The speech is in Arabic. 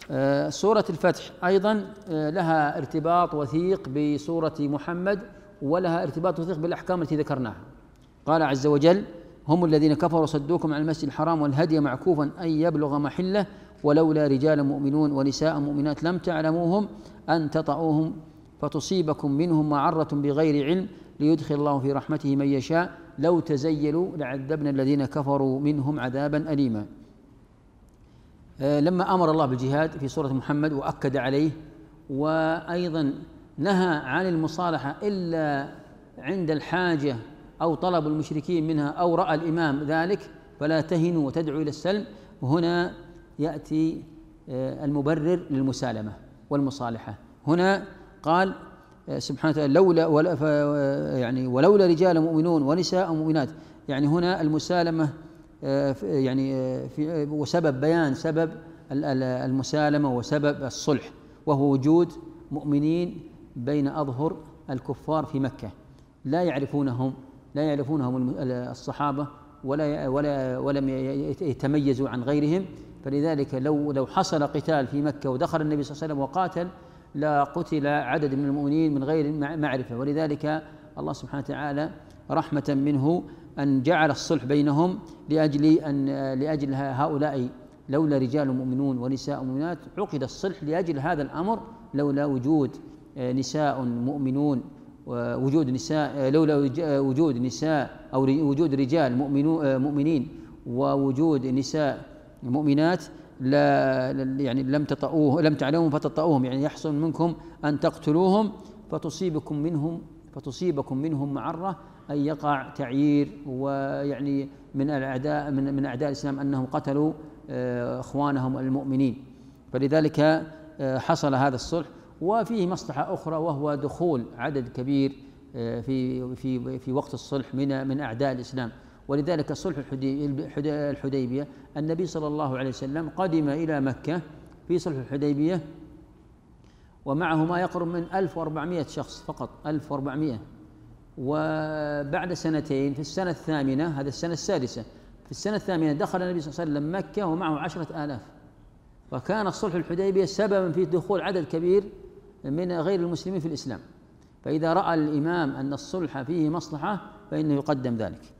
سورة الفتح أيضا لها ارتباط وثيق بسورة محمد، ولها ارتباط وثيق بالأحكام التي ذكرناها. قال عز وجل: هم الذين كفروا صدوكم عن المسجد الحرام والهدي معكوفا أن يبلغ محله ولولا رجال مؤمنون ونساء مؤمنات لم تعلموهم أن تطؤوهم فتصيبكم منهم معرة بغير علم ليدخل الله في رحمته من يشاء لو تزيلوا لعذبنا الذين كفروا منهم عذابا أليما. لما أمر الله بالجهاد في سورة محمد وأكد عليه، وأيضا نهى عن المصالحة إلا عند الحاجة أو طلب المشركين منها أو رأى الإمام ذلك فلا تهنوا وتدعوا إلى السلم. وهنا يأتي المبرر للمسالمة والمصالحة. هنا قال سبحانه وتعالى: ولولا رجال مؤمنون ونساء مؤمنات، يعني هنا المسالمة وسبب بيان سبب المسالمة وسبب الصلح، وهو وجود مؤمنين بين أظهر الكفار في مكة لا يعرفونهم الصحابة ولم يتميزوا عن غيرهم. فلذلك لو حصل قتال في مكة ودخل النبي صلى الله عليه وسلم وقاتل لقتل عدد من المؤمنين من غير معرفة. ولذلك الله سبحانه وتعالى رحمة منه أن جعل الصلح بينهم لأجل هؤلاء. لولا رجال مؤمنون ونساء مؤمنات عقد الصلح لأجل هذا الأمر، لولا وجود نساء مؤمنون ووجود نساء، لولا وجود نساء أو وجود رجال مؤمنين ووجود نساء مؤمنات لم تعلموا فتطؤوهم، يعني يحصل منكم أن تقتلوهم فتصيبكم منهم معرة، أي يقع تعيير، ويعني من أعداء الإسلام أنهم قتلوا إخوانهم المؤمنين. فلذلك حصل هذا الصلح. وفيه مصلحة أخرى، وهو دخول عدد كبير في وقت الصلح من أعداء الإسلام. ولذلك صلح الحديبية النبي صلى الله عليه وسلم قدم إلى مكة في صلح الحديبية ومعه ما يقرب من 1400 شخص فقط، 1400. وبعد سنتين في السنة الثامنة، هذا السنة السادسة، في السنة الثامنة دخل النبي صلى الله عليه وسلم مكة ومعه 10,000. وكان صلح الحديبية سببا في دخول عدد كبير من غير المسلمين في الإسلام. فإذا رأى الإمام أن الصلح فيه مصلحة فإنه يقدم ذلك.